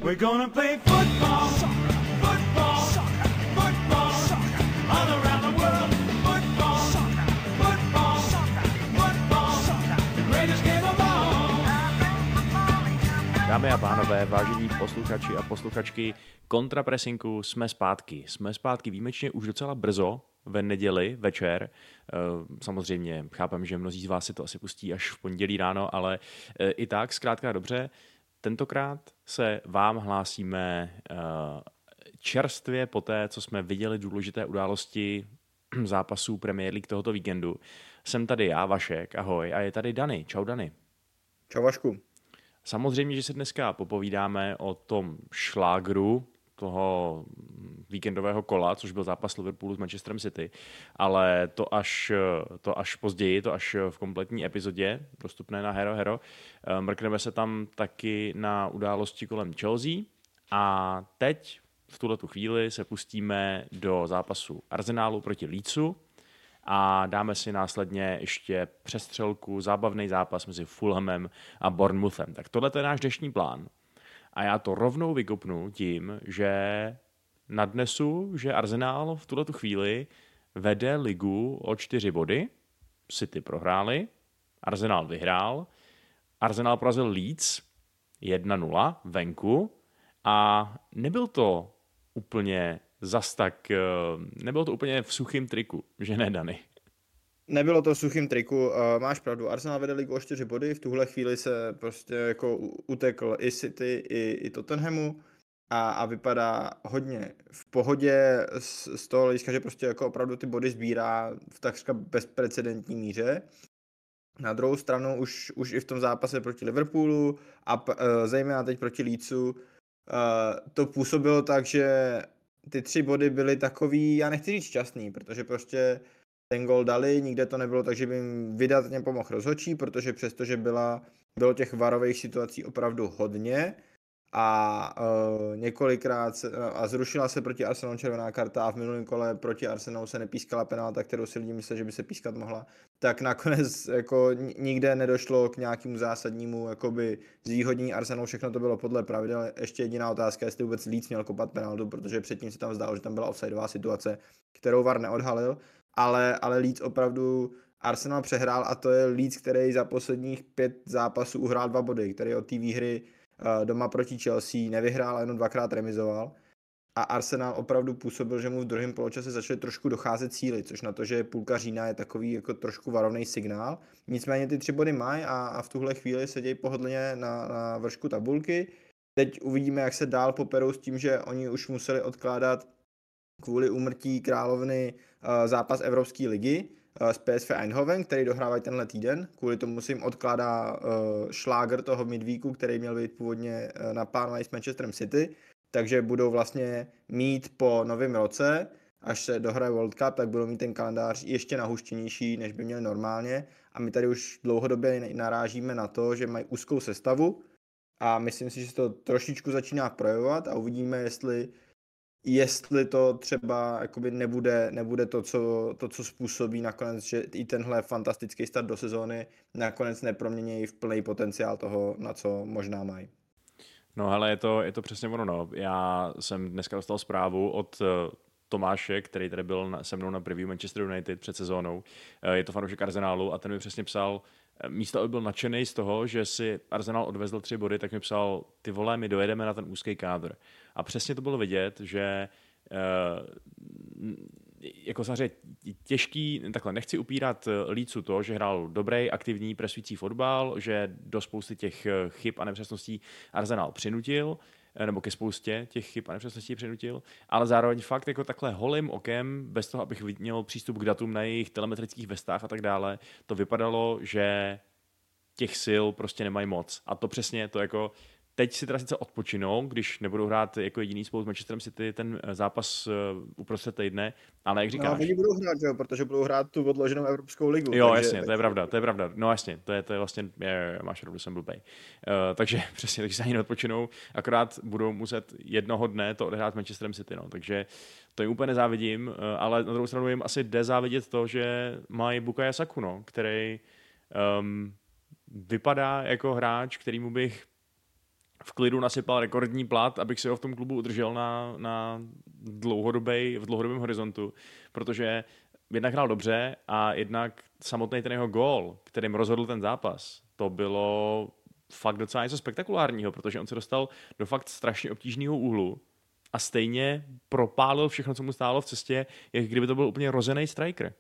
We're gonna play football, football, football, all around the world. Football, football, football, the greatest game of all. Dámy a pánové, vážení posluchači a posluchačky Kontrapresinku, jsme zpátky. Jsme zpátky výjimečně už docela brzo, ve neděli večer. Samozřejmě chápem, že mnozí z vás si to asi pustí až v pondělí ráno, ale i tak, zkrátka dobře. Tentokrát se vám hlásíme čerstvě po té, co jsme viděli důležité události zápasů Premier League tohoto víkendu. Jsem tady já, Vašek, ahoj, a je tady Dany. Čau, Dany. Čau, Vašku. Samozřejmě, že se dneska popovídáme o tom šlágru toho víkendového kola, což byl zápas Liverpoolu s Manchesterem City, ale to až později, to až v kompletní epizodě, dostupné na Hero Hero. Mrkneme se tam taky na události kolem Chelsea a teď v tuhletu chvíli se pustíme do zápasu Arsenálu proti Leedsu a dáme si následně ještě přestřelku, zábavný zápas mezi Fulhamem a Bournemouthem. Tak tohle je náš dnešní plán. A já to rovnou vykopnu tím, že nadnesu, že Arsenal v tuhletu chvíli vede ligu o 4 body. City prohráli, Arsenal vyhrál, Arsenal porazil Leeds 1-0 venku a nebylo to úplně v suchým triku, že ne, Dany? Nebylo to v suchým triku, máš pravdu, Arsenal vede ligu o 4 body, v tuhle chvíli se prostě jako utekl i City, i Tottenhamu a vypadá hodně v pohodě z toho hlediska, že prostě jako opravdu ty body sbírá v takřka bezprecedentní míře. Na druhou stranu už i v tom zápase proti Liverpoolu a zejména teď proti Leedsu to působilo tak, že ty 3 body byly takový, já nechci říct šťastný, protože prostě ten gol dali, nikde to nebylo tak, že by jim vydatně pomohl rozhodčí, protože přestože bylo těch varových situací opravdu hodně a několikrát a zrušila se proti Arsenalu červená karta a v minulém kole proti Arsenalu se nepískala penalta, kterou si lidi mysleli, že by se pískat mohla, tak nakonec jako nikde nedošlo k nějakému zásadnímu jakoby zvýhodnění Arsenalu, všechno to bylo podle pravidel. Ještě jediná otázka, jestli vůbec Leeds měl kopat penaltu, protože předtím se tam zdálo, že tam byla offsideová situace, kterou VAR neodhalil. Ale Leeds opravdu Arsenal přehrál a to je Leeds, který za posledních 5 zápasů uhrál 2 body, který od té výhry doma proti Chelsea nevyhrál, jenom 2krát remizoval. A Arsenal opravdu působil, že mu v druhém poločase začaly trošku docházet síly, což na to, že půlka října je takový jako trošku varovný signál. Nicméně ty 3 body mají a v tuhle chvíli sedějí pohodlně na vršku tabulky. Teď uvidíme, jak se dál poperou s tím, že oni už museli odkládat kvůli úmrtí královny zápas Evropské ligy s PSV Eindhoven, který dohrávají tenhle týden. Kvůli tomu se jim odkládá šláger toho midweeku, který měl být původně naplánovaný s Manchesterem City. Takže budou vlastně mít po novém roce, až se dohraje World Cup, tak budou mít ten kalendář ještě nahuštěnější, než by měli normálně. A my tady už dlouhodobě narážíme na to, že mají úzkou sestavu a myslím si, že se to trošičku začíná projevovat a uvidíme, jestli to třeba jakoby nebude to, co způsobí nakonec, že i tenhle fantastický start do sezóny nakonec nepromění v plný potenciál toho, na co možná mají. No hele, je to přesně ono, no. Já jsem dneska dostal zprávu od Tomáše, který tady byl se mnou na preview Manchester United před sezónou. Je to fanoušek Arsenálu a ten mi přesně psal, místo aby byl nadšený z toho, že si Arsenal odvezl 3 body, tak mi psal, ty vole, my dojedeme na ten úzký kádr. A přesně to bylo vidět, že jako samozřejmě těžký, takhle nechci upírat Leedsu to, že hrál dobrý, aktivní, presující fotbal, že do spousty těch chyb a nepřesností Arsenal přinutil, nebo ke spoustě těch chyb a nepřesností přinutil, ale zároveň fakt jako takhle holým okem, bez toho, abych měl přístup k datům na jejich telemetrických vestách a tak dále, to vypadalo, že těch sil prostě nemají moc. A to přesně, to jako teď si teda sice odpočinou, když nebudou hrát jako jediný spolu s Manchesterem City ten zápas uprostřed týdne, ale jak říkáš... No, oni budou hrát, jo, protože budou hrát tu odloženou Evropskou ligu. Jo, takže... jasně, to je pravda. No jasně, to je vlastně, máš pravdu, jsem blbej. Takže přesně, takže se ani neodpočinou, akorát budou muset jednoho dne to odehrát s Manchesterem City, no, takže to jim úplně nezávidím, ale na druhou stranu jim asi jde závidět to, že mají Bukayo Saku, no, který vypadá jako hráč, kterýmu bych v klidu nasypal rekordní plat, abych si ho v tom klubu udržel na v dlouhodobém horizontu, protože jednak hrál dobře a jednak samotný ten jeho gól, kterým rozhodl ten zápas, to bylo fakt docela něco spektakulárního, protože on se dostal do fakt strašně obtížného úhlu a stejně propálil všechno, co mu stálo v cestě, jak kdyby to byl úplně rozený striker.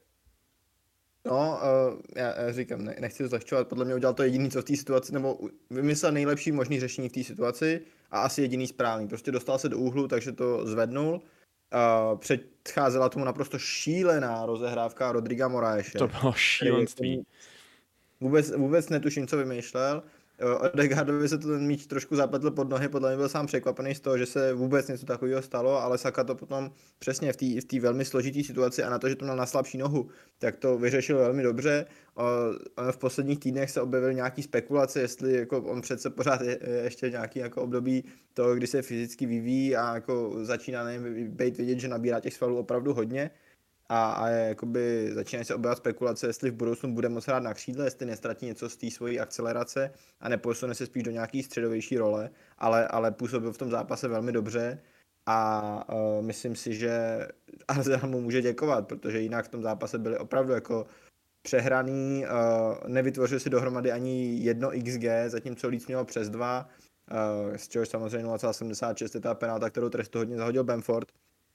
No, já říkám, nechci to zlehčovat, podle mě udělal to jediný, co v té situaci, nebo vymyslel nejlepší možný řešení v té situaci a asi jediný správný. Prostě dostal se do úhlu, takže to zvednul. Předcházela tomu naprosto šílená rozehrávka Rodriga Moraese. To bylo šílenství. Vůbec netuším, co vymýšlel. Odegaardovi se to ten míč trošku zapletl pod nohy, podle mě byl sám překvapený z toho, že se vůbec něco takového stalo, ale Saka to potom přesně v té velmi složité situaci a na to, že to měl na slabší nohu, tak to vyřešil velmi dobře. V posledních týdnech se objevily nějaký spekulace, jestli jako on přece pořád je ještě nějaký jako období toho, kdy se fyzicky vyvíjí a jako začíná být vidět, že nabírá těch svalů opravdu hodně. A jakoby začínají se objevovat spekulace, jestli v budoucnu bude moc hrát na křídle, jestli nestratí něco z té svojí akcelerace a neposune se spíš do nějaký středovější role, ale působil v tom zápase velmi dobře a myslím si, že Arsenal mu může děkovat, protože jinak v tom zápase byli opravdu jako přehraný, nevytvořil si dohromady ani 1 XG, zatímco Leeds mělo přes 2, z čehož samozřejmě 0,76 je ta penalta, kterou trestuhodně zahodil Bamford.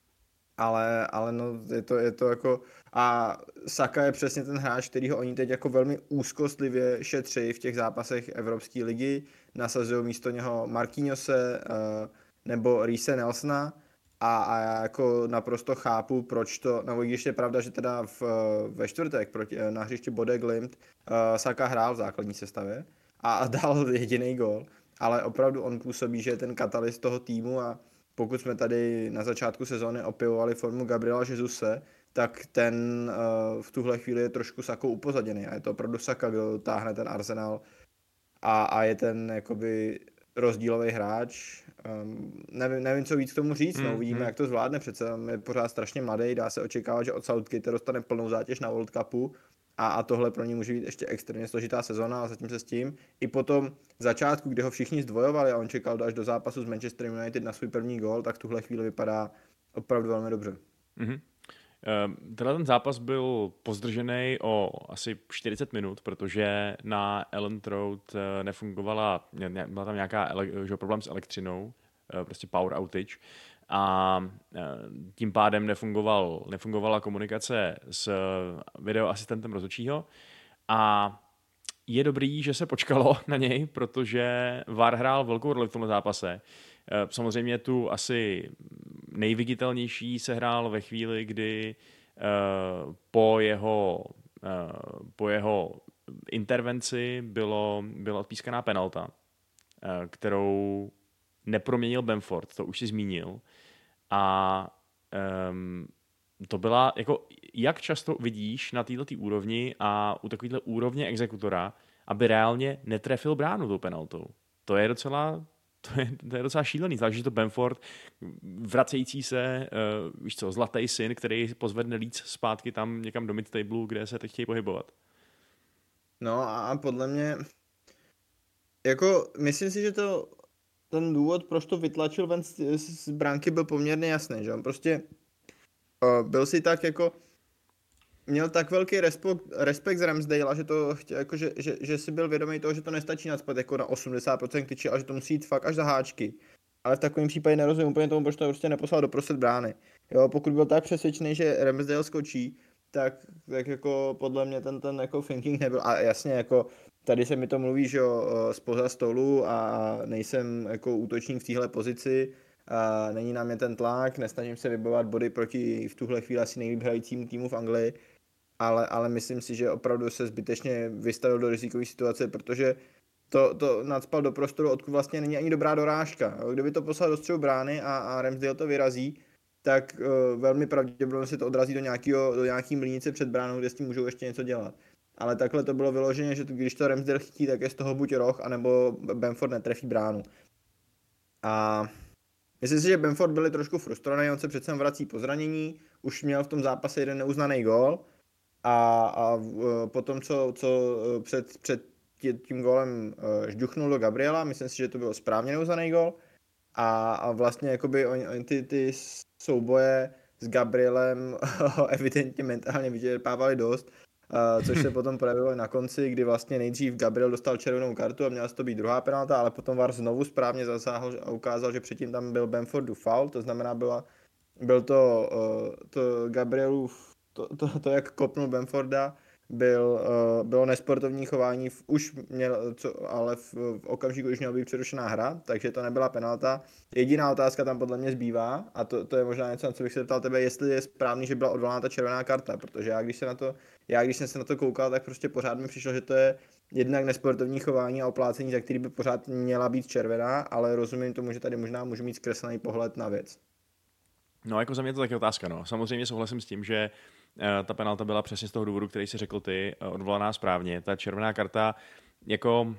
Ale no, je to jako... A Saka je přesně ten hráč, kterýho oni teď jako velmi úzkostlivě šetří v těch zápasech Evropské ligy. Nasazují místo něho Marquinhose nebo Reese Nelsona a já jako naprosto chápu, proč to... No, když je pravda, že teda ve čtvrtek na hřišti Bode Glimt Saka hrál v základní sestavě a dal jediný gól, ale opravdu on působí, že je ten katalyst toho týmu a pokud jsme tady na začátku sezóny opěvovali formu Gabriela Jesuse, tak ten v tuhle chvíli je trošku Sakou upozaděný a je to opravdu Saka, kdo táhne ten Arsenal a je ten jakoby rozdílový hráč. Nevím, co víc k tomu říct, no, uvidíme, jak to zvládne, přece je pořád strašně mladý, dá se očekávat, že od Southgate dostane plnou zátěž na World Cupu a tohle pro ní může být ještě extrémně složitá sezona a zatím se s tím. I po tom začátku, kdy ho všichni zdvojovali a on čekal až do zápasu s Manchester United na svůj první gól, tak v tuhle chvíli vypadá opravdu velmi dobře. Mm-hmm. Tenhle ten zápas byl pozdržený o asi 40 minut, protože na Elland Road nefungovala, byla tam nějaká problém s elektřinou, prostě power outage, a tím pádem nefungovala komunikace s videoasistentem rozhodčího a je dobrý, že se počkalo na něj, protože VAR hrál velkou roli v tomhle zápase. Samozřejmě tu asi nejviditelnější se hrál ve chvíli, kdy po jeho intervenci byla odpískaná penalta, kterou neproměnil Bamford, to už si zmínil. A to byla, jako, jak často vidíš na této úrovni a u takovéhle úrovně exekutora, aby reálně netrefil bránu tou penaltou. To je docela šílený, zvlášť, že to Bamford, vracející se, víš co, zlatý syn, který pozvedne Leeds zpátky tam někam do mid-tablu, kde se teď chtějí pohybovat. No a podle mě, jako, myslím si, že ten důvod, proč to vytlačil ven z bránky, byl poměrně jasný, že on prostě byl si tak jako, měl tak velký respekt z Ramsdale, že to chtěl, jako, že si byl vědomý toho, že to nestačí nacpat jako na 80% tyči a že to musí jít fakt až za háčky. Ale v takovém případě nerozumím úplně tomu, proč to prostě neposlal doprostřed brány. Jo, pokud byl tak přesvědčený, že Ramsdale skočí, tak jako podle mě ten jako thinking nebyl. A jasně, jako tady se mi to mluví, že jo, spoza stolu a nejsem jako útočník v téhle pozici, a není na mě ten tlak, nesnažím se vybojovat body proti v tuhle chvíli asi nejlíp hrajícímu týmu v Anglii, ale myslím si, že opravdu se zbytečně vystavil do rizikové situace, protože to nacpal do prostoru, odkud vlastně není ani dobrá dorážka. Kdyby to poslal do střehu brány a Ramsdale to vyrazí, tak velmi pravděpodobně se to odrazí do nějaký mlýnice před bránou, kde s tím můžou ještě něco dělat. Ale takhle to bylo vyloženě, že když to Ramsdale chytí, tak je z toho buď roh, anebo Bamford netrefí bránu. A myslím si, že Bamford byli trošku frustrovaný, on se přece vrací po zranění, už měl v tom zápase jeden neuznaný gól a potom, co před tím gólem žduchnul do Gabriela, myslím si, že to bylo správně neuznaný gól. A vlastně jakoby ty souboje s Gabrielem evidentně mentálně vyčerpávali dost, což se potom projevilo na konci, kdy vlastně nejdřív Gabriel dostal červenou kartu a měla to být druhá penalta, ale potom VAR znovu správně zasáhl a ukázal, že předtím tam byl Bamfordův foul, to znamená byl to Gabrielův, to jak kopnul Bamforda, bylo nesportovní chování, ale v okamžiku už měla být přerušená hra, takže to nebyla penalta. Jediná otázka tam podle mě zbývá, a to je možná něco, na co bych se zeptal tebe, jestli je správný, že byla odvolaná ta červená karta, protože když jsem se na to koukal, tak prostě pořád mi přišlo, že to je jednak nesportovní chování a oplácení, za který by pořád měla být červená, ale rozumím tomu, že tady možná můžu mít zkreslený pohled na věc. No, jako za mě to taky otázka, no. Samozřejmě souhlasím s tím, že ta penalta byla přesně z toho důvodu, který si řekl ty, odvolaná správně. Ta červená karta, jako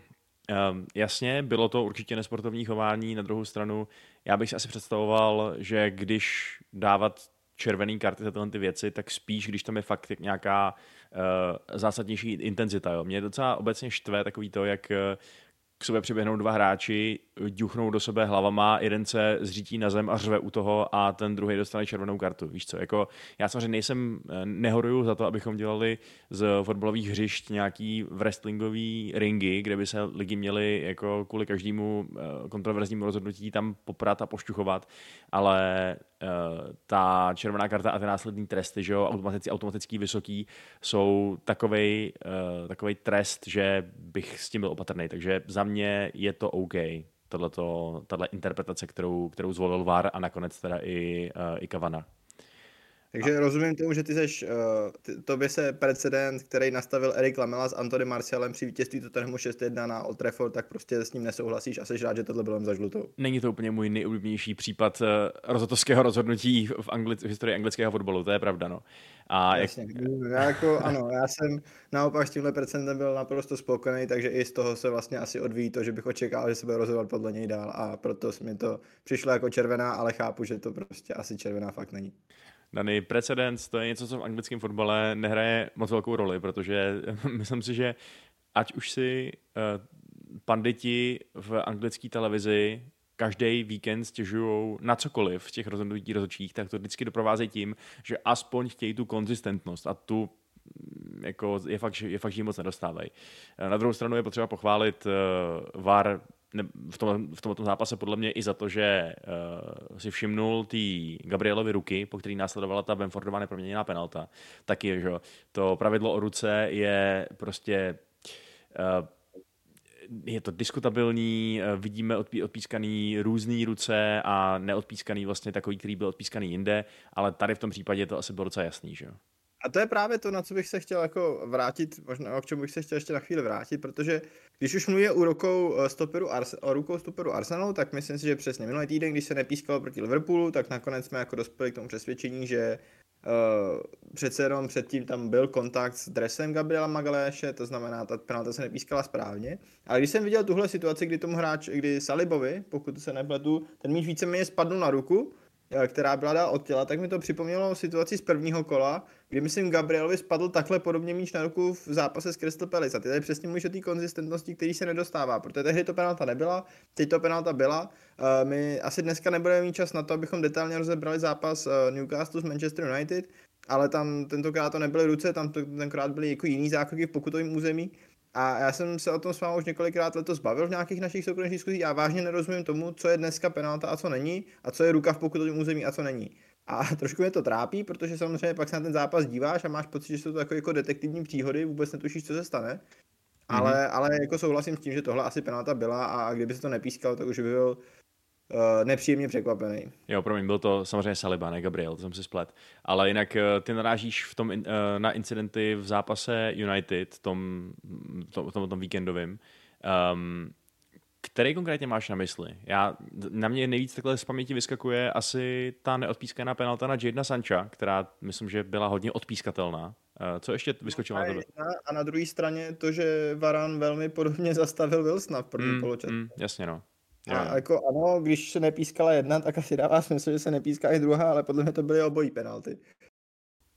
jasně, bylo to určitě nesportovní chování, na druhou stranu já bych si asi představoval, že když dávat červený karty za tyhle ty věci, tak spíš, když tam je fakt nějaká zásadnější intenzita. Jo. Mě docela obecně štve takový to, jak k sobě přiběhnou dva hráči, ďuchnou do sebe hlavama, jeden se zřítí na zem a řve u toho a ten druhý dostane červenou kartu. Víš co, jako já samozřejmě nehoruju za to, abychom dělali z fotbalových hřišť nějaký wrestlingový ringy, kde by se lidi měli jako kvůli každému kontroverznímu rozhodnutí tam poprat a pošťuchovat, ale ta červená karta a ty následní tresty, že jo, automatický vysoký, jsou takovej trest, že bych s tím byl opatrný. Takže za mě je to OK, tahle interpretace, kterou zvolil VAR a nakonec teda i Cavani. Takže rozumím tomu, že tobě se precedent, který nastavil Erik Lamela s Anthony Martialem při vítězství Tottenhamu 6-1 na Old Trafford, tak prostě s ním nesouhlasíš a jsi rád, že tohle bylo za žlutou. Není to úplně můj nejoblíbenější případ rozhodcovského rozhodnutí v historii anglického fotbalu, to je pravda, no. A jasně, já jsem naopak s tímhle precedentem byl naprosto spokojený, takže i z toho se vlastně asi odvíjí to, že bych očekával, že se bude rozhodovat podle něj dál a proto mi to přišlo jako červená, ale chápu, že to prostě asi červená fakt není. Daný precedens, to je něco, co v anglickém fotbale nehraje moc velkou roli, protože myslím si, že ať už si panditi v anglické televizi každý víkend stěžují na cokoliv v těch rozhodčích, tak to vždycky doprovázejí tím, že aspoň chtějí tu konzistentnost a tu jako je fakt, že ji moc nedostávají. Na druhou stranu je potřeba pochválit VAR v tomto zápase podle mě i za to, že si všimnul ty Gabrielovy ruky, po který následovala ta Bamfordová neproměněná penalta. Taky, že to pravidlo o ruce je prostě je to diskutabilní, vidíme odpískaný různý ruce a neodpískaný vlastně takový, který byl odpískaný jinde, ale tady v tom případě to asi bylo docela jasný, že jo. A to je právě to, na co bych se chtěl jako vrátit, možná k čemu bych se chtěl ještě na chvíli vrátit, protože když už mluví o rukou stoperu Arsenalu, tak myslím si, že přesně minulý týden, když se nepískalo proti Liverpoolu, tak nakonec jsme jako dospěli k tomu přesvědčení, že přece jenom předtím tam byl kontakt s dresem Gabriela Magalhaese, to znamená, ta penalta se nepískala správně. Ale když jsem viděl tuhle situaci, kdy Salibovi, pokud se nepletu, ten míč víceméně spadl na ruku, která byla dál od těla, tak mi to připomnělo situaci z prvního kola, kdy myslím Gabrielovi spadl takhle podobně míč na ruku v zápase s Crystal Palace. A ty tady přesně mluvíš o té konzistentnosti, který se nedostává, protože tehdy to penalta nebyla, teď to penalta byla. My asi dneska nebudeme mít čas na to, abychom detailně rozebrali zápas Newcastle s Manchester United, ale tam tentokrát to nebyly ruce, tam tenkrát byly jako jiný zákroky v pokutovém území. A já jsem se o tom s vámi už několikrát letos bavil v nějakých našich soukromých diskuzích. Já vážně nerozumím tomu, co je dneska penalta a co není, a co je ruka v pokutovém území a co není. A trošku mě to trápí, protože samozřejmě pak se na ten zápas díváš a máš pocit, že jsou to jako detektivní příhody, vůbec netušíš, co se stane. Ale jako souhlasím s tím, že tohle asi penalta byla a kdyby se to nepískalo, tak už by byl nepříjemně překvapený. Jo, promiň, byl to samozřejmě Saliba, ne Gabriel, to jsem si splet. Ale jinak ty narážíš na incidenty v zápase United, tom víkendovým. Který konkrétně máš na mysli? Na mě nejvíc takhle z paměti vyskakuje asi ta neodpískaná penalta na Jadona Sancha, která myslím, že byla hodně odpískatelná. Co ještě vyskočilo na tebe? A na druhé straně to, že Varane velmi podobně zastavil Wilsona v první poločase. Jasně, no. A jako ano, když se nepískala jedna, tak asi dává smysl, že se nepíská i druhá, ale podle mě to byly obojí penalty.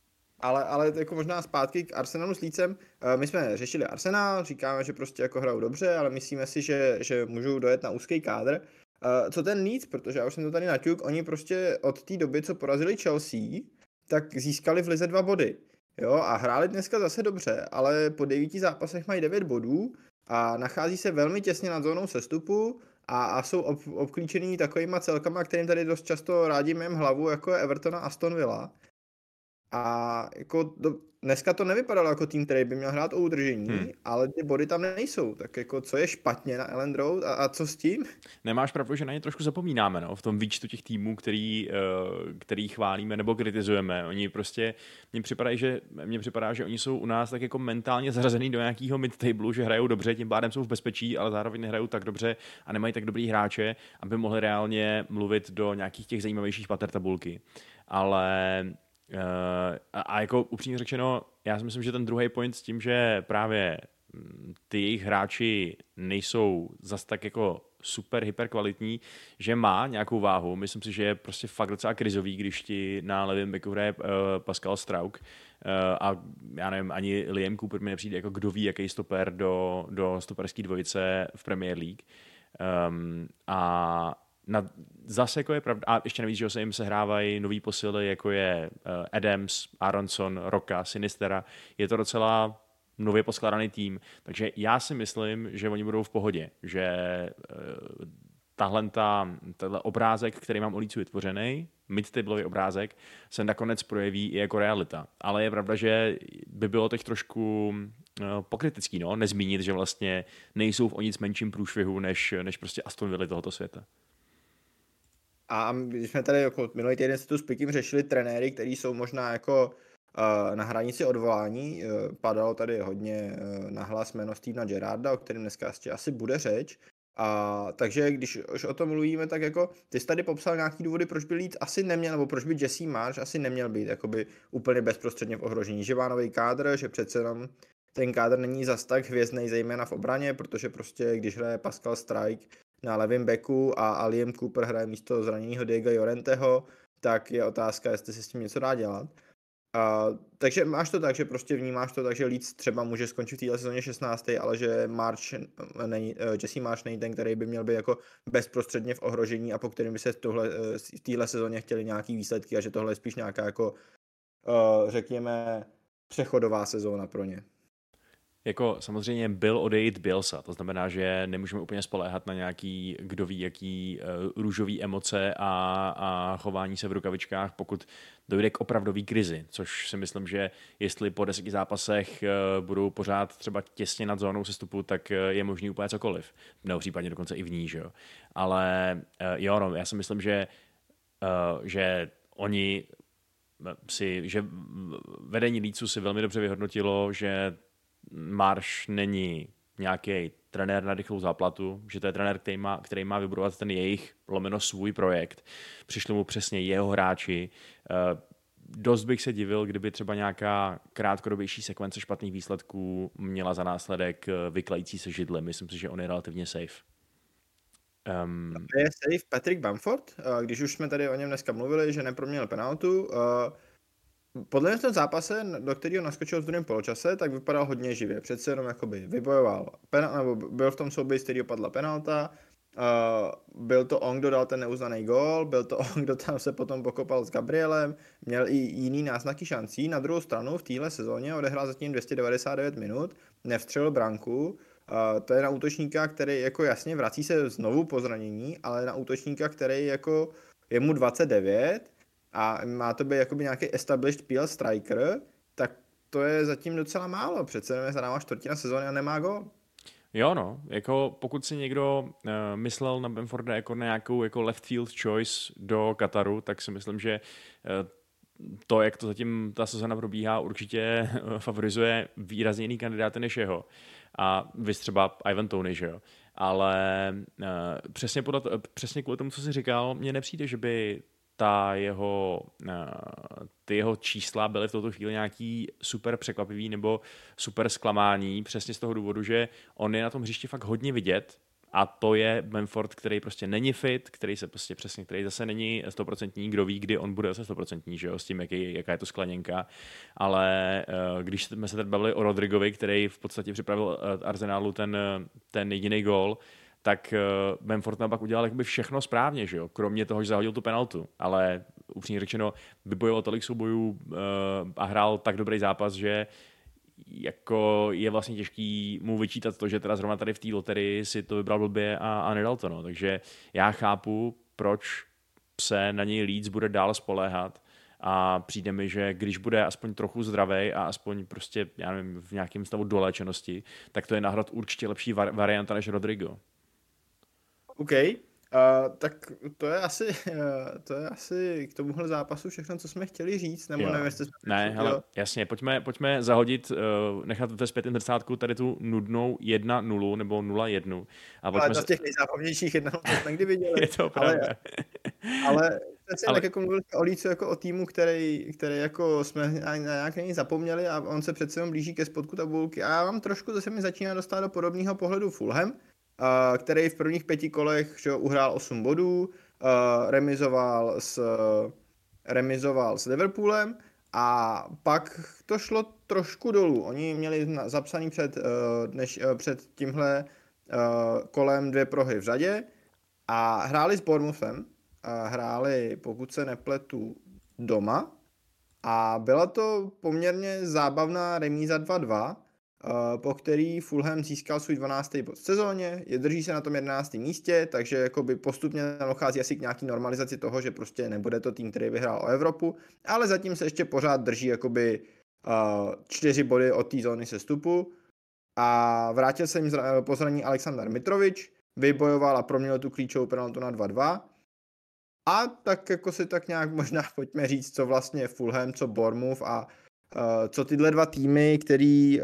ale jako možná zpátky k Arsenalu s Leedsem. My jsme řešili Arsenal, říkáme, že prostě jako hrajou dobře, ale myslíme si, že můžou dojet na úzký kádr. Co ten Leeds, protože já už jsem to tady naťuk, oni prostě od té doby, co porazili Chelsea, tak získali v lize 2 body. Jo, a hráli dneska zase dobře, ale po 9 zápasech mají 9 bodů a nachází se velmi těsně nad zónou sestupu a jsou obklíčený takovýma celkama, kterým tady dost často rádi mém hlavu, jako je Everton a Aston Villa. A jako dneska to nevypadalo jako tým, který by měl hrát o udržení, ale ty body tam nejsou. Tak jako co je špatně na Elland Road a co s tím? Nemáš pravdu, že na ně trošku zapomínáme, no, v tom výčtu těch týmů, který chválíme nebo kritizujeme. Oni prostě, mně připadá, že oni jsou u nás tak jako mentálně zařazený do nějakého mid-tablu, že hrajou dobře, tím pádem jsou v bezpečí, ale zároveň nehrajou tak dobře a nemají tak dobrý hráče, aby mohli reálně mluvit do nějakých těch zajímavějších pater tabulky. Ale a jako upřímně řečeno, já si myslím, že ten druhý point s tím, že právě ty jejich hráči nejsou zas tak jako super hyperkvalitní, že má nějakou váhu. Myslím si, že je prostě fakt docela krizový, když ti na levém backu hraje Pascal Strauk a já nevím, ani Liam Cooper mi nepřijde jako kdo ví, jaký stoper do stoperské dvojice v Premier League. Zase jako je pravda, a ještě navíc, že se jim sehrávají nový posily, jako je Adams, Aronson, Roka, Sinistera. Je to docela nově poskládaný tým, takže já si myslím, že oni budou v pohodě, že tenhle obrázek, který mám o Leedsu vytvořený, mid-tablový obrázek, se nakonec projeví i jako realita. Ale je pravda, že by bylo teď trošku pokrytický, nezmínit, že vlastně nejsou v o nic menším průšvihu, než prostě Aston Villa tohoto světa. A když jsme tady jako minulý týden si tu s Pikim řešili trenéry, kteří jsou možná jako na hranici odvolání, padalo tady hodně nahlas jméno Stevena Gerrarda, o kterém dneska ještě asi bude řeč. Takže když už o tom mluvíme, tak jako ty jsi tady popsal nějaký důvody, proč by Leeds asi neměl, nebo proč by Jesse Marsch asi neměl být jakoby úplně bezprostředně v ohrožení. Že má nový kádr, že přece jenom ten kádr není zas tak hvězdnej, zejména v obraně, protože prostě když hraje Pascal Strike na levém backu a Liam Cooper hraje místo zraněného Diego Llorenteho, tak je otázka, jestli se s tím něco dá dělat. Takže máš to tak, že prostě vnímáš to tak, že Leeds třeba může skončit v téhle sezóně 16., ale že Jesse Marsch není ten, který by měl být jako bezprostředně v ohrožení a po kterém by se v téhle sezóně chtěli nějaký výsledky a že tohle je spíš nějaká jako řekněme přechodová sezóna pro ně. Jako samozřejmě byl odejít Bielsa, to znamená, že nemůžeme úplně spoléhat na nějaký, kdo ví, jaký růžový emoce a chování se v rukavičkách, pokud dojde k opravdový krizi, což si myslím, že jestli po 10 zápasech budou pořád třeba těsně nad zónou sestupu, tak je možný úplně cokoliv, nebo případně dokonce i v ní, že jo. Ale já si myslím, že oni že vedení Leedsu si velmi dobře vyhodnotilo, že Marsch není nějaký trenér na rychlou záplatu, že to je trenér, který má vybudovat ten jejich svůj projekt. Přišli mu přesně jeho hráči. Dost bych se divil, kdyby třeba nějaká krátkodobější sekvence špatných výsledků měla za následek vyklající se židle. Myslím si, že on je relativně safe. Je safe Patrick Bamford, když už jsme tady o něm dneska mluvili, že neproměnil penaltu. Podle mě v tom zápase, do kterého naskočil v druhém poločase, tak vypadal hodně živě. Přece jenom jakoby vybojoval nebo byl v tom souboji, z kterého padla penalta. Byl to on, kdo dal ten neuznaný gól, byl to on, kdo tam se potom pokopal s Gabrielem, měl i jiný náznaky šancí. Na druhou stranu v téhle sezóně odehrál zatím 299 minut, nevstřelil branku. To je na útočníka, který jako jasně vrací se znovu po zranění, ale na útočníka, který jako je mu 29 a má to být jakoby nějaký established PL striker, tak to je zatím docela málo. Přece je za náma čtvrtina sezóny a nemá gól. Jo, jako pokud si někdo myslel na Bamforda jako na nějakou jako left field choice do Kataru, tak si myslím, že to, jak to zatím ta sezona probíhá, určitě favorizuje výrazně jiný kandidáty než jeho. A vy třeba Ivan Toney, že jo. Ale přesně kvůli tomu, co jsi říkal, mně nepřijde, že by ty jeho čísla byly v tuto chvíli nějaký super překvapivý nebo super zklamání, přesně z toho důvodu, že on je na tom hřišti fakt hodně vidět A to je Bamford, který prostě není fit, který se prostě přesně, který zase není 100%, kdo ví, kdy on bude zase 100%, že jo, s tím, jaká je to skleněnka. Ale když jsme se tady bavili o Rodrigovi, který v podstatě připravil Arsenalu ten jediný gól, tak Bamford tam pak udělal jakoby všechno správně, že jo? Kromě toho, že zahodil tu penaltu. Ale upřímně řečeno, vybojoval tolik soubojů a hrál tak dobrý zápas, že jako je vlastně těžký mu vyčítat to, že teda zrovna tady v té loterii si to vybral blbě a nedal to. No. Takže já chápu, proč se na něj Leeds bude dál spoléhat a přijde mi, že když bude aspoň trochu zdravý a aspoň prostě, já nevím, v nějakém stavu doléčenosti, tak to je nahrad určitě lepší varianta než Rodrigo. OK, tak to je asi k tomuhle zápasu všechno, co jsme chtěli říct, nebo nevím, jestli jsme... Ne, hele, jasně, pojďme zahodit, nechat ve zpětném zrcátku tady tu nudnou 1-0 nebo 0-1. Ale z těch nejzábavnějších 1-0, co jsme kdy viděli. Je to pravda. Ale tak jako mluvil o Leedsu jako o týmu, který jako jsme nějak na něj zapomněli a on se přece jenom blíží ke spodku tabulky a já mám trošku, zase mi začíná dostat do podobného pohledu Fulham, který v prvních 5 kolech uhrál 8 bodů, remizoval s Liverpoolem a pak to šlo trošku dolů. Oni měli zapsaný před tímhle kolem 2 prohry v řadě a hráli s Bournemouthem, hráli, pokud se nepletu, doma a byla to poměrně zábavná remíza 2-2, po který Fulham získal svůj 12. bod v sezóně, drží se na tom 11. místě, takže jakoby postupně tam dochází asi k nějaký normalizaci toho, že prostě nebude to tým, který vyhrál o Evropu, ale zatím se ještě pořád drží jakoby 4 body od té zóny sestupu a vrátil se jim po zranění Aleksandar Mitrovič, vybojoval a proměnil tu klíčovou penaltu na 2-2 a tak jako si tak nějak možná pojďme říct, co vlastně Fulham, co Bournemouth a co tyhle dva týmy, který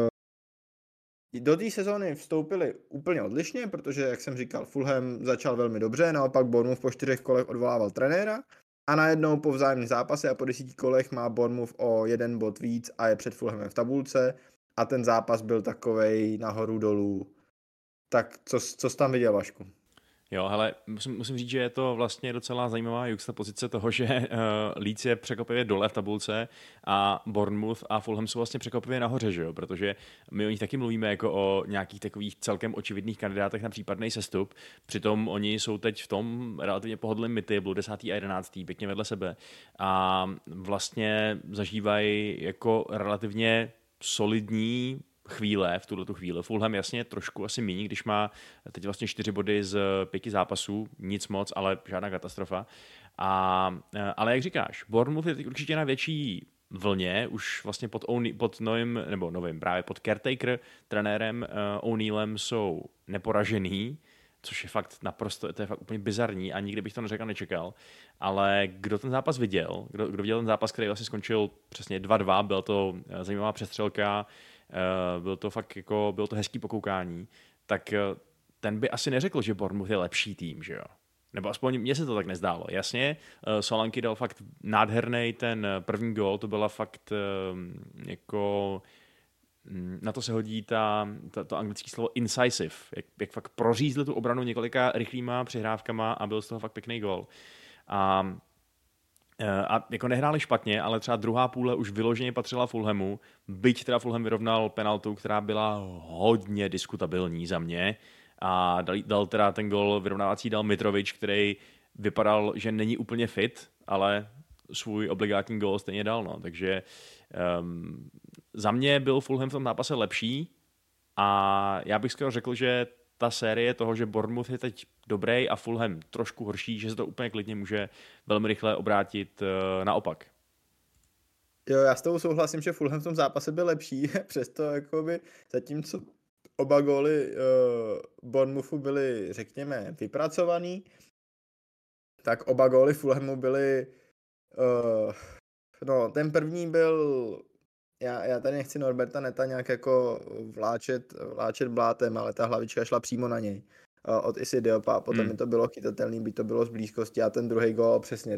do té sezóny vstoupili úplně odlišně, protože, jak jsem říkal, Fulham začal velmi dobře, naopak Bournemouth po 4 kolech odvolával trenéra a najednou po vzájemném zápase a po 10 kolech má Bournemouth o 1 bod víc a je před Fulhamem v tabulce a ten zápas byl takovej nahoru dolů. Tak co jsi tam viděl, Vašku? Jo, hele, musím říct, že je to vlastně docela zajímavá juxtapozice toho, že Leeds je překvapivě dole v tabulce a Bournemouth a Fulham jsou vlastně překvapivě nahoře, že jo? Protože my o nich taky mluvíme jako o nějakých takových celkem očividných kandidátech na případný sestup, přitom oni jsou teď v tom relativně pohodlném mytyblu, 10. a 11. pěkně vedle sebe a vlastně zažívají jako relativně solidní chvíle v tuhletu chvíli. Fulham jasně trošku asi míní, když má teď vlastně 4 body z 5 zápasů, nic moc, ale žádná katastrofa. Ale jak říkáš, Bournemouth je teď určitě na větší vlně, už vlastně pod novým, právě pod caretaker trenérem O'Neillem jsou neporažený, což je fakt naprosto, to je fakt úplně bizarní a nikdy bych to nečekal, ale kdo ten zápas viděl, kdo viděl ten zápas, který vlastně skončil přesně 2-2, byla to zajímavá přestřelka, bylo to fakt jako, bylo to hezký pokoukání, tak ten by asi neřekl, že Bournemouth je lepší tým, že jo? Nebo aspoň mně se to tak nezdálo. Jasně, Solanke dal fakt nádherný ten první gól, to byla fakt jako na to se hodí to anglické slovo incisive, jak fakt prořízl tu obranu několika rychlýma přihrávkama a byl z toho fakt pěkný gól. A jako nehráli špatně, ale třeba druhá půle už vyloženě patřila Fulhamu, byť teda Fulham vyrovnal penaltu, která byla hodně diskutabilní za mě a dal teda ten gol vyrovnávací dal Mitrovič, který vypadal, že není úplně fit, ale svůj obligátní gól stejně dal, no. Takže za mě byl Fulham v tom zápase lepší a já bych skoro řekl, že ta série toho, že Bournemouth je teď dobrý a Fulham trošku horší, že se to úplně klidně může velmi rychle obrátit naopak. Jo, já s tou souhlasím, že Fulham v tom zápase byl lepší, přesto jakoby zatímco oba góly Bournemouthu byly, řekněme, vypracovaný, tak oba góly Fulhamu byly ten první byl já tady nechci Norberta Neta nějak jako vláčet blátem, ale ta hlavička šla přímo na něj od Issy Diopa a potom mi to bylo chytatelný, by to bylo z blízkosti a ten druhý gól přesně,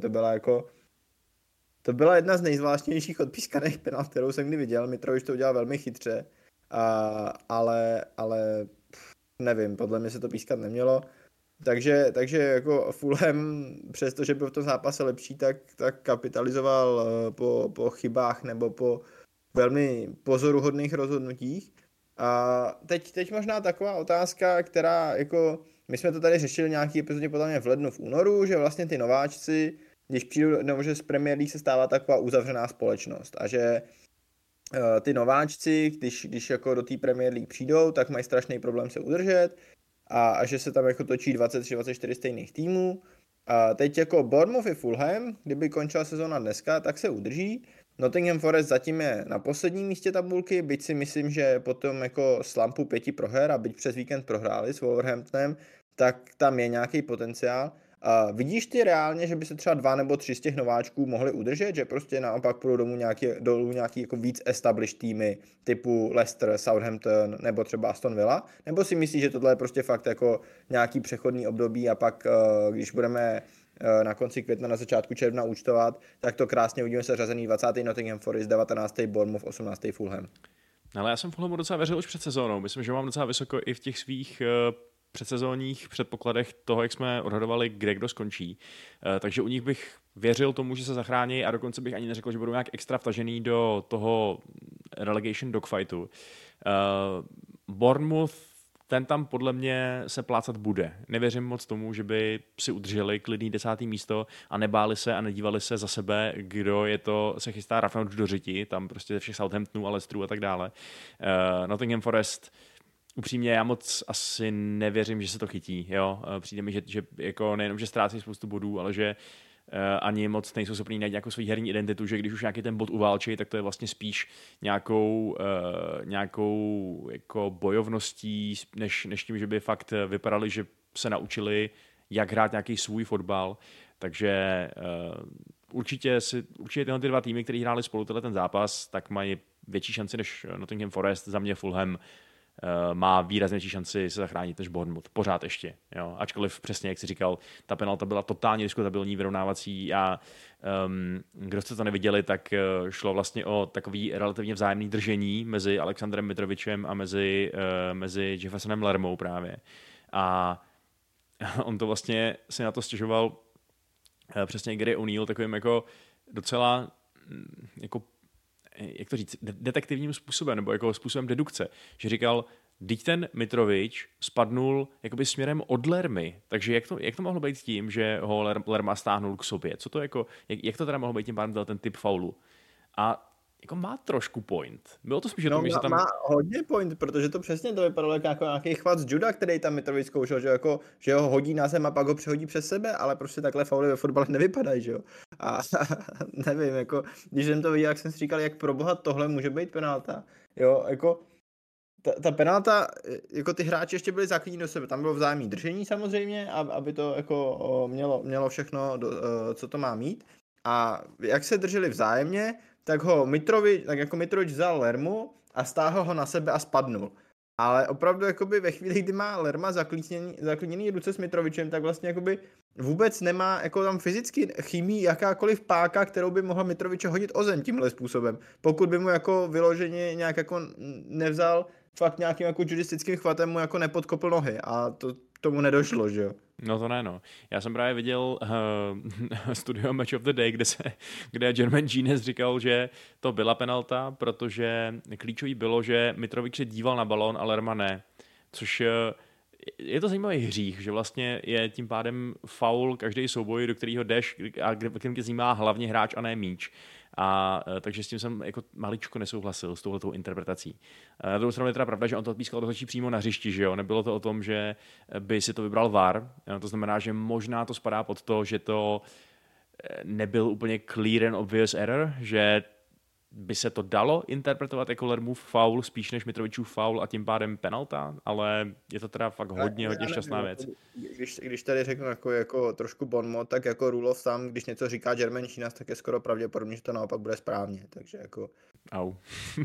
to byla jedna z nejzvláštnějších odpískaných penalt, kterou jsem kdy viděl, Mitrovič to udělal velmi chytře, ale nevím, podle mě se to pískat nemělo. Takže jako Fulham, přestože byl v tom zápase lepší, tak kapitalizoval po chybách nebo po velmi pozoruhodných rozhodnutích. A teď možná taková otázka, která jako, my jsme to tady řešili nějaký epizodě podle mě v lednu, v únoru, že vlastně ty nováčci, když přijdou, nebo že z Premier League se stává taková uzavřená společnost a že ty nováčci, když jako do té Premier League přijdou, tak mají strašný problém se udržet a že se tam jako točí 23-24 stejných týmů. A teď jako Bournemouth i Fulham, kdyby končila sezóna dneska, tak se udrží. Nottingham Forest zatím je na posledním místě tabulky, byť si myslím, že potom jako slumpu 5 proher a byť přes víkend prohráli s Wolverhamptonem, tak tam je nějaký potenciál. A vidíš ty reálně, že by se třeba 2 nebo 3 z těch nováčků mohli udržet, že prostě naopak půjdou dolů nějaký jako víc established týmy typu Leicester, Southampton nebo třeba Aston Villa? Nebo si myslíš, že tohle je prostě fakt jako nějaký přechodný období a pak, když budeme na konci května, na začátku června účtovat, tak to krásně uvidíme se řazený 20. Nottingham Forest, 19. Bournemouth, 18. Fulham. Ale já jsem Fulhamu docela věřil už před sezónou. Myslím, že mám docela vysoko i v těch svých předsezónních předpokladech toho, jak jsme odhadovali, kde kdo skončí. Takže u nich bych věřil tomu, že se zachrání a dokonce bych ani neřekl, že budou nějak extra vtažený do toho relegation dogfightu. Bournemouth, ten tam podle mě se plácat bude. Nevěřím moc tomu, že by si udrželi klidný 10. místo a nebáli se a nedívali se za sebe, kdo je to, se chystá rafnout do řiti, tam prostě ze všech Southamptonů a Leicesterů a tak dále. Nottingham Forest, upřímně já moc asi nevěřím, že se to chytí. Jo? Přijde mi, že jako nejenom, že ztrácí spoustu bodů, ale že ani moc nejsou schopní najít nějakou svou herní identitu, že když už nějaký ten bod uválčí, tak to je vlastně spíš nějakou jako bojovností, než tím, že by fakt vypadali, že se naučili, jak hrát nějaký svůj fotbal. Takže určitě tyhle ty dva týmy, které hráli spolu ten zápas, tak mají větší šanci než Nottingham Forest. Za mě Fulham má výrazně větší šanci se zachránit než Bournemouth. Pořád ještě. Jo. Ačkoliv přesně, jak jsi říkal, ta penalta byla totálně diskutabilní, vyrovnávací a kdo jste to neviděli, tak šlo vlastně o takový relativně vzájemný držení mezi Alexandrem Mitrovičem a mezi Jeffersonem Lermou právě. A on to vlastně si na to stěžoval přesně Gary O'Neill takovým jako docela jako jak to říct, detektivním způsobem, nebo jako způsobem dedukce, že říkal, teď ten Mitrovič spadnul jakoby směrem od Lermy, takže jak to mohlo být tím, že ho Lerma stáhnul k sobě? Co to jako, jak to teda mohlo být tím pádem ten typ faulu? A jako má trošku point. Bylo to spíš o tom, že tam... Má hodně point, protože to přesně to vypadalo jako nějaký chvat z juda, který tam Mitrovič zkoušel, že ho hodí na zem a pak ho přehodí přes sebe, ale prostě takhle fauly ve fotbale nevypadají, že jo. A nevím, jako, když jsem to viděl, jak jsem si říkal, jak pro boha tohle může být penalta. Jo, jako ta penalta, jako ty hráči ještě byli zaklíněni do sebe, tam bylo vzájemné držení samozřejmě, aby to jako mělo všechno, co to má mít. A jak se drželi vzájemně, tak Mitrovič vzal Lermu a stáhl ho na sebe a spadnul. Ale opravdu jakoby ve chvíli, kdy má Lerma zaklíněný ruce s Mitrovičem, tak vlastně jakoby vůbec nemá, jako tam fyzicky chybí jakákoliv páka, kterou by mohla Mitroviče hodit o zem tímhle způsobem. Pokud by mu jako vyloženě nějak jako nevzal fakt nějakým jako judistickým chvatem, mu jako nepodkopl nohy a to tomu nedošlo, že jo. No to ne, no. Já jsem právě viděl studio Match of the Day, kde German Genius říkal, že to byla penalta, protože klíčový bylo, že Mitrovič se díval na balón a Lerma ne. Což je to zajímavý hřích, že vlastně je tím pádem faul každý souboj, do kterého jdeš a kterým tě zajímá hlavně hráč a ne míč. A takže s tím jsem jako maličko nesouhlasil s touhletou interpretací. Na druhou stranu je teda pravda, že on to odpískal rozhodčí přímo na hřišti, že jo? Nebylo to o tom, že by si to vybral VAR. To znamená, že možná to spadá pod to, že to nebyl úplně clear and obvious error, že by se to dalo interpretovat jako Lermův faul spíš než Mitrovičův faul a tím pádem penalta, ale je to teda fakt hodně šťastná věc. Když tady řeknu jako trošku bonmot, tak jako rule of thumb, když něco říká German Chinas, tak je skoro pravděpodobně, že to naopak bude správně, takže jako... Au.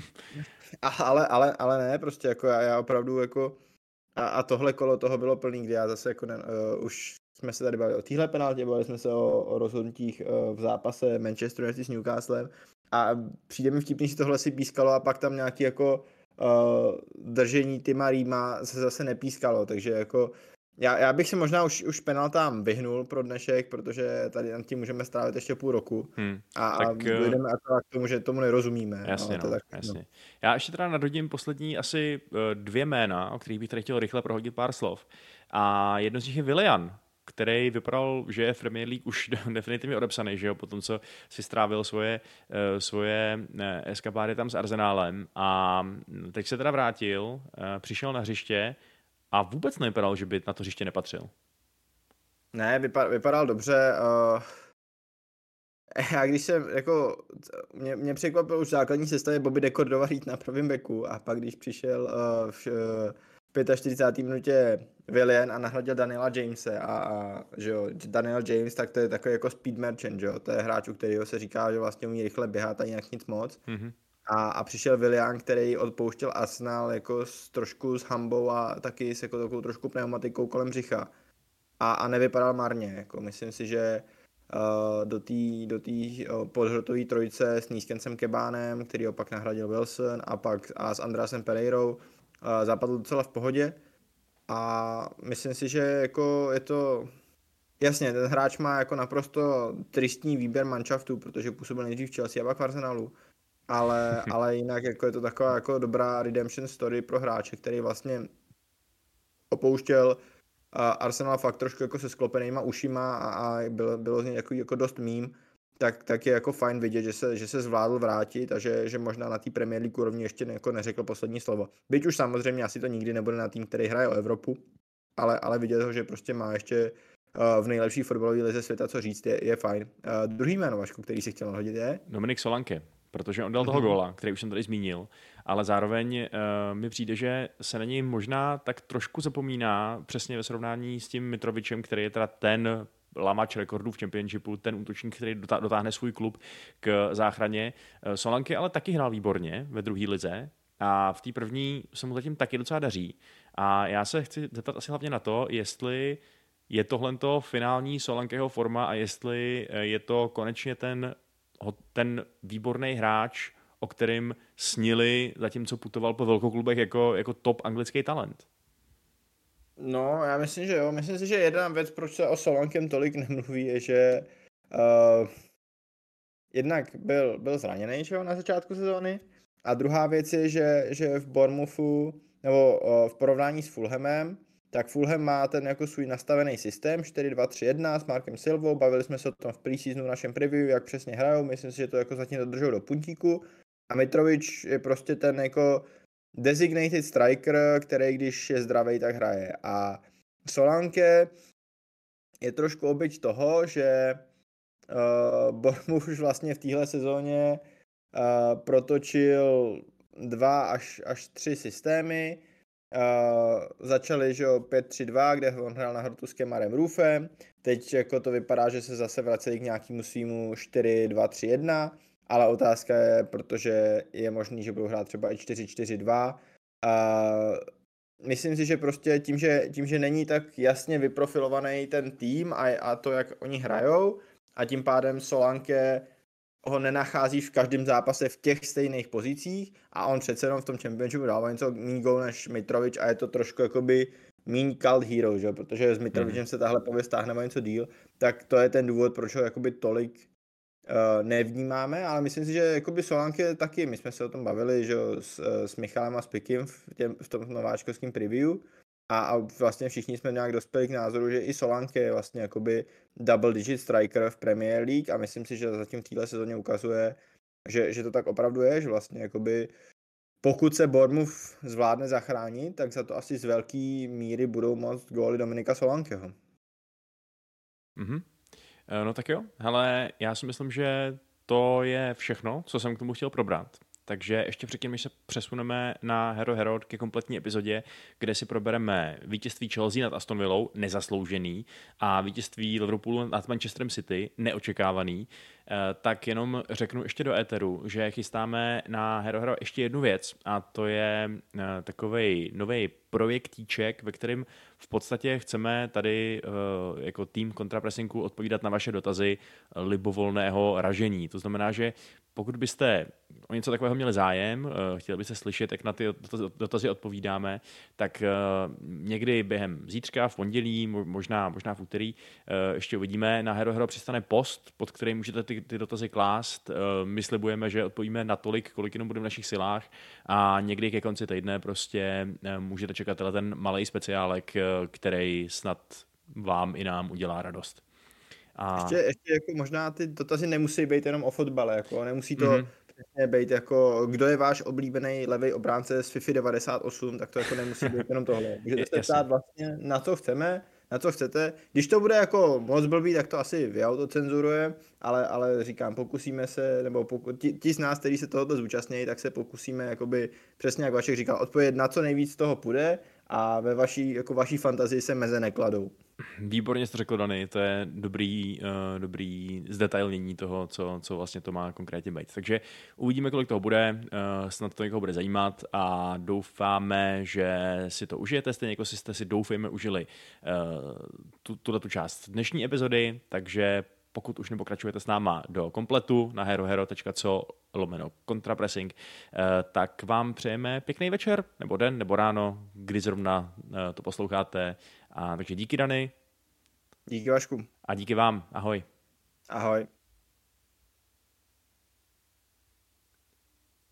ale ne, prostě jako já opravdu jako... A tohle kolo toho bylo plný, kdy já zase jako už jsme se tady bavili o téhle penaltě, bavili jsme se o rozhodnutích v zápase Manchester United s Newcastlem a přijde mi vtipný, že tohle si pískalo a pak tam nějaký jako držení Tima Reama se zase nepískalo, takže jako já bych se možná už penaltám vyhnul pro dnešek, protože tady nad tím můžeme strávit ještě půl roku a tak, dojdeme k tomu, že tomu nerozumíme. Jasně, to je tak, jasně. Já ještě teda nadhodím poslední asi 2 jména, o kterých bych tady chtěl rychle prohodit pár slov. A jedno z nich je Willian, který vypadal, že je v Premier League už definitivně odepsaný, že jo, po tom, co si strávil svoje eskapády tam s Arsenálem. A teď se teda vrátil, přišel na hřiště a vůbec nevypadal, že by na to hřiště nepatřil. Ne, vypadal dobře. Já když jsem, jako, mě překvapil už základní sestavě Bobby de Cordova jít na pravém beku a pak když přišel v 45. minutě Willian a nahradil Daniela Jamese a že jo, Daniel James, tak to je takový jako speed merchant, že jo, to je hráč, u kterého se říká, že vlastně umí rychle běhat a jinak nic moc. A přišel Willian, který odpouštěl Arsenal jako trošku s hambou a taky s jako takovou trošku pneumatikou kolem břicha. A nevypadal marně, jako myslím si, že do té podhrotové trojice s Nízkencem Kebánem, který ho pak nahradil Wilson a s Andreasem Pereirou zapadl docela v pohodě a myslím si, že jako je to jasně, ten hráč má jako naprosto tristní výběr manšaftu, protože působil nejdřív v Chelsea a pak v Arsenalu, ale jinak jako je to taková jako dobrá redemption story pro hráče, který vlastně opouštěl Arsenal fakt trošku jako se sklopenýma ušima a bylo z něj jako dost mím, tak je jako fajn vidět, že se zvládl vrátit a že možná na té Premier League úrovni ještě jako neřekl poslední slovo. Byť už samozřejmě asi to nikdy nebude na tým, který hraje o Evropu, ale vidět ho, že prostě má ještě v nejlepší fotbalové lize světa co říct, je fajn. Druhý jméno, Vašku, který si chtěl nahodit, je? Dominik Solanke, protože on dal toho góla, který už jsem tady zmínil, ale zároveň mi přijde, že se na něj možná tak trošku zapomíná přesně ve srovnání s tím Mitrovičem, který je teda ten lamač rekordů v Championshipu, ten útočník, který dotáhne svůj klub k záchraně. Solanke ale taky hrál výborně ve druhé lize a v té první se mu zatím taky docela daří. A já se chci zeptat asi hlavně na to, jestli je tohleto finální Solankeho forma a jestli je to konečně ten výborný hráč, o kterým snili, zatímco putoval po velkoklubech jako top anglický talent. No, já myslím, že jo. Myslím si, že jedna věc, proč se o Solankem tolik nemluví, je, že jednak byl zraněný, že jo, na začátku sezóny. A druhá věc je, že v Bournemouthu, nebo v porovnání s Fulhamem, tak Fulham má ten jako svůj nastavený systém 4-2-3-1 s Markem Silvou, bavili jsme se o tom v preseasonu v našem preview, jak přesně hrajou, myslím si, že to jako zatím dodržou do puntíku. A Mitrovič je prostě ten jako designated striker, který když je zdravý, tak hraje. A Solanke je trošku oběť toho, že Bournemouth už vlastně v téhle sezóně protočil 2 až 3 systémy. Začali, že 5-3-2, kde on hrál na hrotu s Kemarem Roofem. Teď jako to vypadá, že se zase vraceli k nějakému svýmu 4-2-3-1, ale otázka je, protože je možný, že budou hrát třeba i 4-4-2. Myslím si, že prostě tím, že není tak jasně vyprofilovaný ten tým a to, jak oni hrajou, a tím pádem Solanke ho nenachází v každém zápase v těch stejných pozicích a on přece jenom v tom Championshipu dává něco méně gól než Mitrovič a je to trošku jakoby méně cult hero, že? Protože s Mitrovičem se tahle pověst táhne o něco díl, tak to je ten důvod, proč ho jakoby tolik nevnímáme, ale myslím si, že jakoby Solanke taky, my jsme se o tom bavili, že s Michalem a s Pikim v tom nováčkovském preview a vlastně všichni jsme nějak dospěli k názoru, že i Solanke je vlastně jakoby double digit striker v Premier League a myslím si, že zatím v téhle sezóně ukazuje, že to tak opravdu je, že vlastně jakoby pokud se Bournemouth zvládne zachránit, tak za to asi z velké míry budou moct góly Dominika Solankeho. No tak jo, hele, já si myslím, že to je všechno, co jsem k tomu chtěl probrat. Takže ještě předtím, než se přesuneme na Hero Hero ke kompletní epizodě, kde si probereme vítězství Chelsea nad Aston Villou, nezasloužený, a vítězství Liverpoolu nad Manchesterem City, neočekávaný, tak jenom řeknu ještě do éteru, že chystáme na Hero Hero ještě jednu věc a to je takovej nový projektíček, ve kterém v podstatě chceme tady jako tým kontrapresinku odpovídat na vaše dotazy libovolného ražení. To znamená, že pokud byste o něco takového měli zájem, chtěli byste slyšet, jak na ty dotazy odpovídáme, tak někdy během zítřka, v pondělí, možná v úterý, ještě uvidíme, na Hero Hero přistane post, pod kterým můžete ty dotazy klást. My slibujeme, že odpovíme natolik, kolik jenom bude v našich silách a někdy ke konci týdne prostě můžete čekat ten malej speciálek, který snad vám i nám udělá radost. Ještě jako možná ty dotazy nemusí být jenom o fotbale, jako nemusí to přesně být jako, kdo je váš oblíbený levý obránce z FIFA 98, tak to jako nemusí být jenom tohle. Můžete se ptát vlastně, na co chceme, na co chcete. Když to bude jako moc blbý, tak to asi vyautocenzuruje, ale říkám, pokusíme se, nebo ti z nás, kteří se tohoto zúčastnějí, tak se pokusíme jakoby přesně jak Vašek říkal, odpovědět na co nejvíc toho půjde a ve vaší fantazii se meze nekladou. Výborně jste řekl, Dany, to je dobrý zdetailnění toho, co vlastně to má konkrétně být. Takže uvidíme, kolik toho bude, snad to někoho bude zajímat a doufáme, že si to užijete, stejně jako jste si doufejme užili tuto část dnešní epizody, takže pokud už nepokračujete s náma do kompletu na herohero.co/kontrapressing, tak vám přejeme pěkný večer, nebo den, nebo ráno, kdy zrovna to posloucháte. Takže díky, Dany. Díky, Vašku. A díky vám. Ahoj. Ahoj.